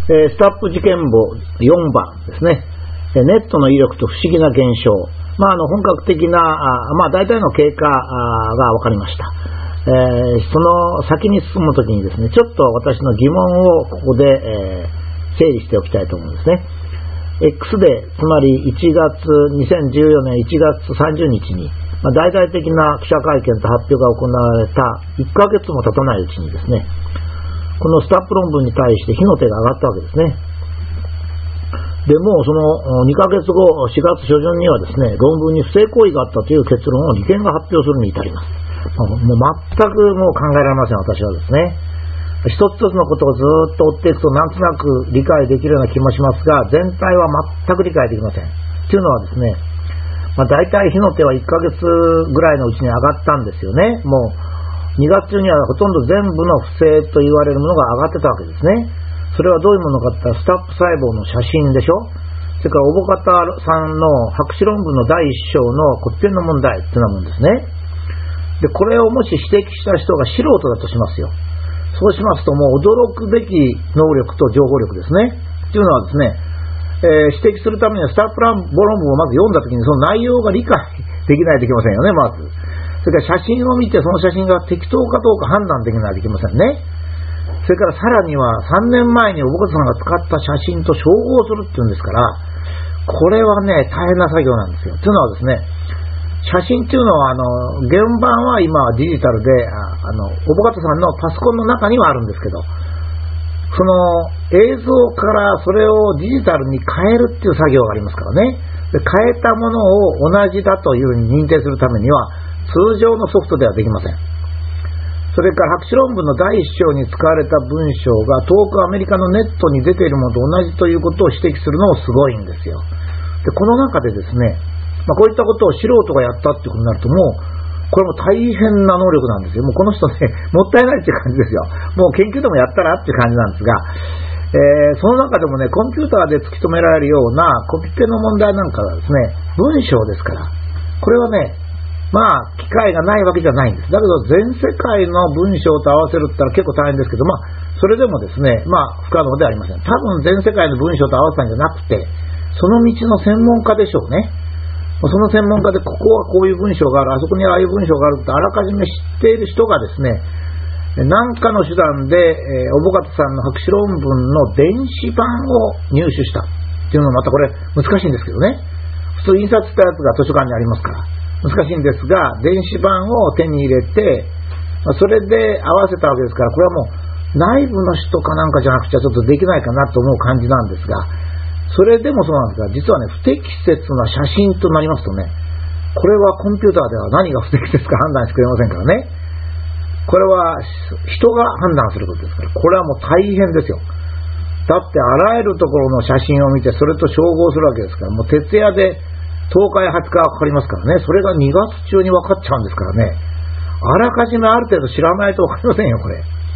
スタップ事件簿4番ですね。ネットの威力と不思議な現象。本格的な、大体の経過が分かりました。その先に進むときにですね、ちょっと私の疑問をここで、整理しておきたいと思うんですね。X で、つまり2014年1月30日に、大々的な記者会見と発表が行われた1ヶ月も経たないうちにですね、このスタップ論文に対して火の手が上がったわけですね。でもうその2ヶ月後4月初旬にはですね、論文に不正行為があったという結論を理研が発表するに至ります。もう全くもう考えられません、私はですね。一つ一つのことをずっと追っていくとなんとなく理解できるような気もしますが、全体は全く理解できません。というのはですね、大体火の手は1ヶ月ぐらいのうちに上がったんですよね。もう2月中にはほとんど全部の不正と言われるものが上がってたわけですね。それはどういうものかってスタップ細胞の写真でしょ。それから小保方さんの博士論文の第1章の骨片の問題ってなもんですね。で、これをもし指摘した人が素人だとしますよ。そうしますともう驚くべき能力と情報力ですね。というのはですね、指摘するためにはスタップ論文をまず読んだときにその内容が理解できないといけませんよね、まず。それから写真を見てその写真が適当かどうか判断できないといけませんね。それからさらには3年前に小保方さんが使った写真と照合するっていうんですから、これはね、大変な作業なんですよ。というのはですね、写真っていうのは原版は今はデジタルで小保方さんのパソコンの中にはあるんですけど、その映像からそれをデジタルに変えるっていう作業がありますからね。で、変えたものを同じだというふうに認定するためには通常のソフトではできません。それから博士論文の第一章に使われた文章が遠くアメリカのネットに出ているものと同じということを指摘するのもすごいんですよ。で、この中でですね、こういったことを素人がやったってことになるともうこれも大変な能力なんですよ。もうこの人ね、もったいないっていう感じですよ。もう研究でもやったらっていう感じなんですが、その中でもね、コンピューターで突き止められるようなコピペの問題なんかはですね、文章ですから、これはね、機会がないわけじゃないんです。だけど全世界の文章と合わせるって言ったら結構大変ですけど、それでもですね、不可能ではありません。多分全世界の文章と合わせたんじゃなくて、その道の専門家でしょうね。その専門家でここはこういう文章がある、あそこにああいう文章があるってあらかじめ知っている人がですね、何かの手段で、小保方さんの博士論文の電子版を入手したっていうのもまたこれ難しいんですけどね。普通印刷したやつが図書館にありますから難しいんですが、電子版を手に入れて、それで合わせたわけですから、これはもう内部の人かなんかじゃなくちゃちょっとできないかなと思う感じなんですが、それでもそうなんですが、実はね、不適切な写真となりますとね、これはコンピューターでは何が不適切か判断してくれませんからね。これは人が判断することですから、これはもう大変ですよ。だってあらゆるところの写真を見てそれと照合するわけですから、もう徹夜で10日や20日かかりますからね。それが2月中に分かっちゃうんですからね。あらかじめある程度知らないと分かりませんよ、これ。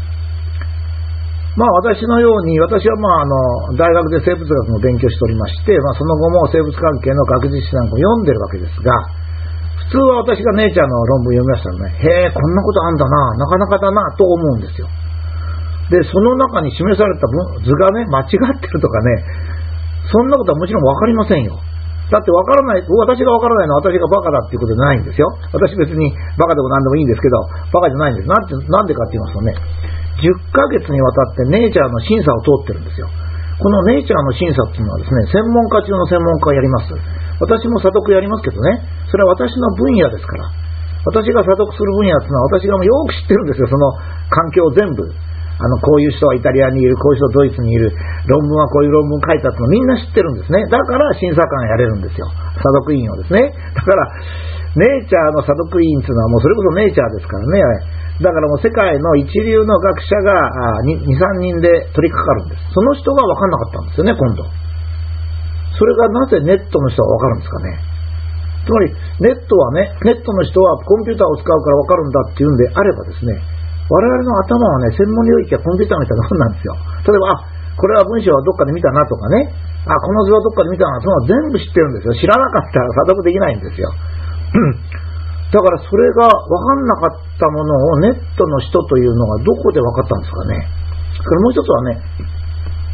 私のように、私は大学で生物学の勉強しておりまして、その後も生物関係の学術誌なんかを読んでるわけですが、普通は私がネイチャーの論文読みましたらね、へえ、こんなことあんだな、なかなかだなと思うんですよ。で、その中に示された図がね、間違ってるとかね、そんなことはもちろん分かりませんよ。だって分からない、私が分からないのは私がバカだっていうことじゃないんですよ。私別にバカでも何でもいいんですけど、バカじゃないんです。なんでかって言いますとね、10ヶ月にわたってネイチャーの審査を通ってるんですよ。このネイチャーの審査っていうのはですね、専門家中の専門家がやります。私も査読やりますけどね、それは私の分野ですから。私が査読する分野っていうのは私がよく知ってるんですよ、その環境を全部。こういう人はイタリアにいる、こういう人はドイツにいる、論文はこういう論文書いたってのみんな知ってるんですね。だから審査官やれるんですよ、査読委員をですね。だからネイチャーの査読委員っていうのはもうそれこそネイチャーですからね。だからもう世界の一流の学者が2、3人で取り掛かるんです。その人が分かんなかったんですよね、今度。それがなぜネットの人は分かるんですかね。つまりネットはね、ネットの人はコンピューターを使うから分かるんだっていうんであればですね、我々の頭はね、専門領域はコンピューターみたいなもんなんですよ。例えば、これは文章はどっかで見たなとかね、この図はどっかで見たな、その全部知ってるんですよ。知らなかったら査読できないんですよ。だからそれが分かんなかったものをネットの人というのがどこで分かったんですかね。それからもう一つはね、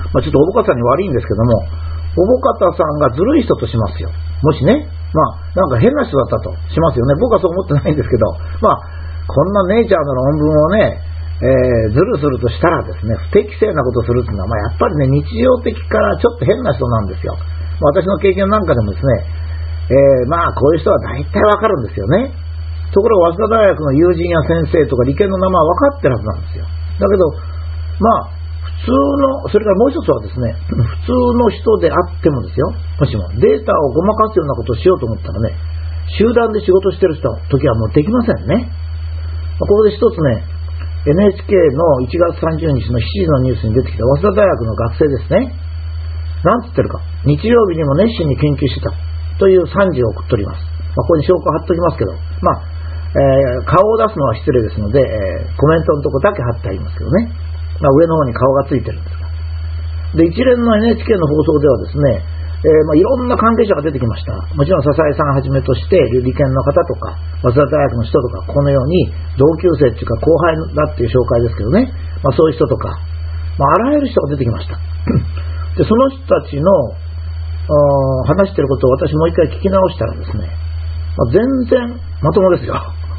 ちょっとおぼかたさんに悪いんですけども、おぼかたさんがずるい人としますよ。もしね、なんか変な人だったとしますよね。僕はそう思ってないんですけど、こんなネイチャーの論文をね、ずるするとしたらですね、不適正なことをするっていうのは、やっぱりね、日常的からちょっと変な人なんですよ。私の経験なんかでもですね、こういう人は大体わかるんですよね。ところが早稲田大学の友人や先生とか理研の名前は分かってるはずなんですよ。だけど、普通の、それからもう一つはですね、普通の人であってもですよ、もしもデータをごまかすようなことをしようと思ったらね、集団で仕事してる人の時はもうできませんね。ここで一つね、NHK の1月30日の7時のニュースに出てきた早稲田大学の学生ですね。なんつってるか、日曜日にも熱心に研究してたという賛辞を送っております。ここに証拠を貼っておきますけど、顔を出すのは失礼ですので、コメントのとこだけ貼ってありますけどね。上の方に顔がついてるんですが。で、一連の NHK の放送ではですね、いろんな関係者が出てきました。もちろん笹井さんをはじめとして理研の方とか早稲田大学の人とか、このように同級生っていうか後輩だっていう紹介ですけどね、そういう人とか、あらゆる人が出てきました。で、その人たちの話してることを私もう一回聞き直したらですね、全然まともですよ。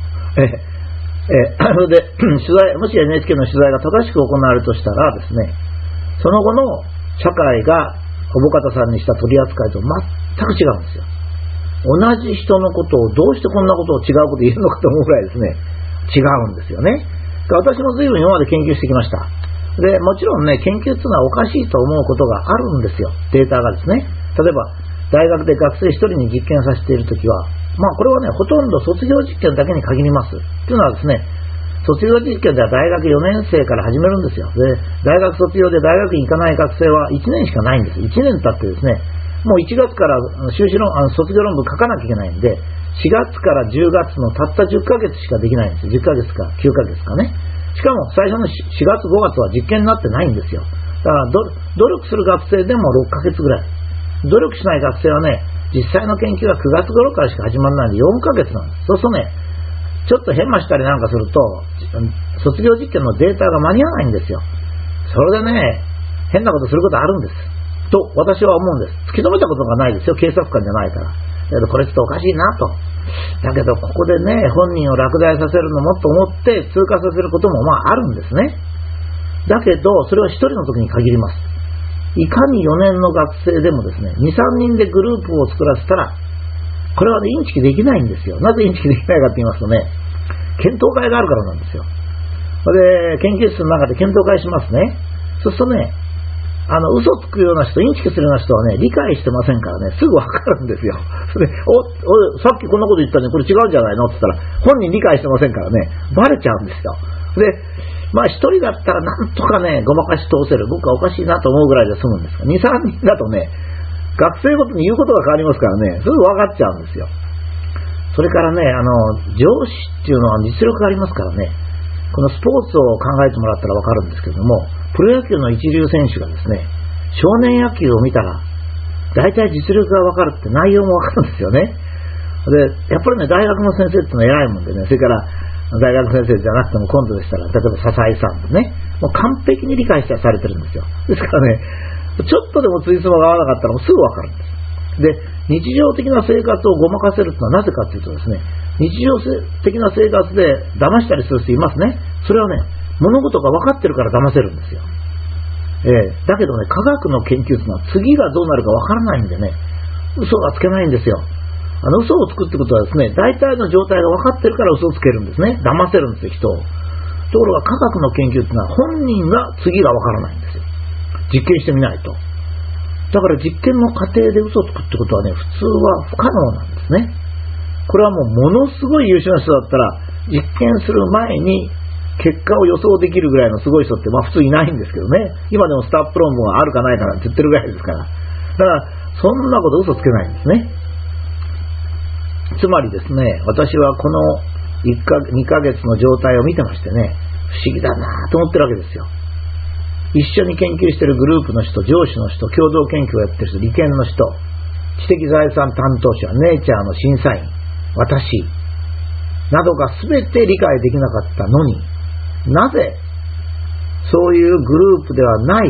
それで取材、もし NHK の取材が正しく行われるとしたらですね、その後の社会がおぼかたさんにした取り扱いと全く違うんですよ。同じ人のことをどうしてこんなことを違うこと言えるのかと思うぐらいですね、違うんですよね。私も随分今まで研究してきました。で、もちろんね、研究っていうのはおかしいと思うことがあるんですよ、データがですね。例えば大学で学生一人に実験させているときは、これはね、ほとんど卒業実験だけに限ります。っていうのはですね、卒業実験では大学4年生から始めるんですよ。で、大学卒業で大学に行かない学生は1年しかないんです。1年経ってですね、もう1月から修士論卒業論文書かなきゃいけないんで、4月から10月のたった10ヶ月しかできないんですよ。10ヶ月か9ヶ月かね。しかも最初の4月5月は実験になってないんですよ。だから努力する学生でも6ヶ月ぐらい。努力しない学生はね、実際の研究は9月頃からしか始まらないんで4ヶ月なんです。そうするとね、ちょっと変ましたりなんかすると、卒業実験のデータが間に合わないんですよ。それでね、変なことすることあるんです。と私は思うんです。突き止めたことがないですよ。警察官じゃないから。だけどこれちょっとおかしいなと。だけどここでね、本人を落第させるのもと思って通過させることもあるんですね。だけどそれは一人の時に限ります。いかに4年の学生でもですね、2、3人でグループを作らせたら、これはね、インチキできないんですよ。なぜインチキできないかと言いますとね、検討会があるからなんですよ。で、研究室の中で検討会しますね。そうするとね、嘘つくような人、インチキするような人はね、理解してませんからね、すぐわかるんですよ。それで、さっきこんなこと言ったのにこれ違うんじゃないのって言ったら、本人理解してませんからね、バレちゃうんですよ。で、一人だったらなんとかね、ごまかし通せる。僕はおかしいなと思うぐらいで済むんですが、2、3人だとね、学生ごとに言うことが変わりますからね、すぐ分かっちゃうんですよ。それからね、上司っていうのは実力がありますからね、このスポーツを考えてもらったら分かるんですけども、プロ野球の一流選手がですね、少年野球を見たら、大体実力が分かるって内容も分かるんですよね。で、やっぱりね、大学の先生ってのは偉いもんでね、それから大学先生じゃなくても今度でしたら、例えば笹井さんでね、もう完璧に理解されてるんですよ。ですからね、ちょっとでもついつまが合わなかったらもうすぐ分かるんです。で、日常的な生活をごまかせるというのはなぜかというとですね、日常的な生活で騙したりする人いますね。それはね、物事が分かってるから騙せるんですよ。だけどね、科学の研究というのは次がどうなるか分からないんでね、嘘がつけないんですよ。嘘をつくってことはですね、大体の状態が分かってるから嘘をつけるんですね。騙せるんですよ、人を。ところが科学の研究っていうのは本人が次が分からないんですよ。実験してみないと。だから実験の過程で嘘をつくってことはね、普通は不可能なんですね。これはもうものすごい優秀な人だったら、実験する前に結果を予想できるぐらいのすごい人って普通いないんですけどね。今でもスタッフ論文があるかないかなんて言ってるぐらいですから。だからそんなこと嘘つけないんですね。つまりですね、私はこの2ヶ月の状態を見てましてね、不思議だなと思ってるわけですよ。一緒に研究しているグループの人、上司の人、共同研究をやってる人、理研の人、知的財産担当者、ネイチャーの審査員、私などが全て理解できなかったのに、なぜそういうグループではない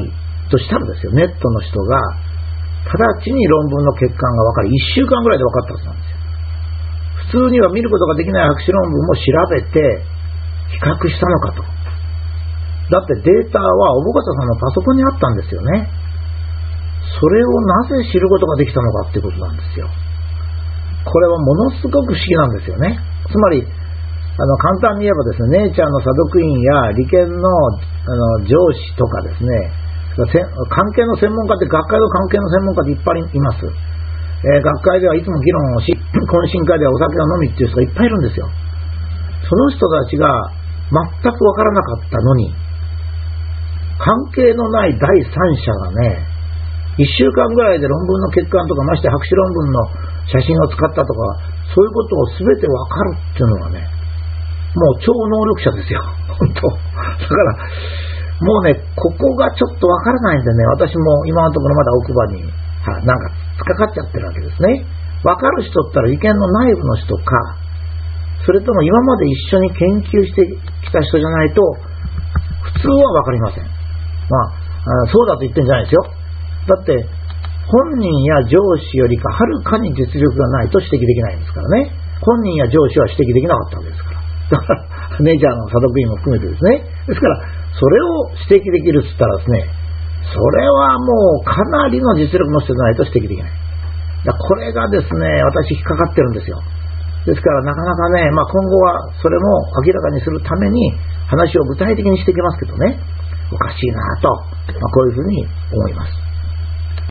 としたらですよ、ネットの人が直ちに論文の欠陥が分かり、1週間ぐらいで分かったはずなんですよ。普通には見ることができない博士論文も調べて比較したのかと。だってデータは小保方さんのパソコンにあったんですよね。それをなぜ知ることができたのかっていうことなんですよ。これはものすごく不思議なんですよね。つまり簡単に言えばですね、ネイチャーの査読員や理研の上司とかですね、関係の専門家って学会の関係の専門家でいっぱいいます。学会ではいつも議論をし、懇親会ではお酒を飲みっていう人がいっぱいいるんですよ。その人たちが全くわからなかったのに、関係のない第三者がね、1週間ぐらいで論文の欠陥とか、まして博士論文の写真を使ったとか、そういうことを全てわかるっていうのはね、もう超能力者ですよ、本当。だからもうね、ここがちょっとわからないんでね、私も今のところまだ奥歯になんか突っかかっちゃってるわけですね。わかる人ったら理研の内部の人か、それとも今まで一緒に研究してきた人じゃないと普通はわかりません。そうだと言ってんじゃないですよ。だって本人や上司よりかはるかに実力がないと指摘できないんですからね。本人や上司は指摘できなかったわけですから。だからネイチャーの査読員も含めてですね。ですからそれを指摘できるって言ったらですね、それはもうかなりの実力の人じゃないと指摘できない。これがですね、私引っかかってるんですよ。ですからなかなかね、今後はそれも明らかにするために話を具体的にしていきますけどね、おかしいなと、こういうふうに思います。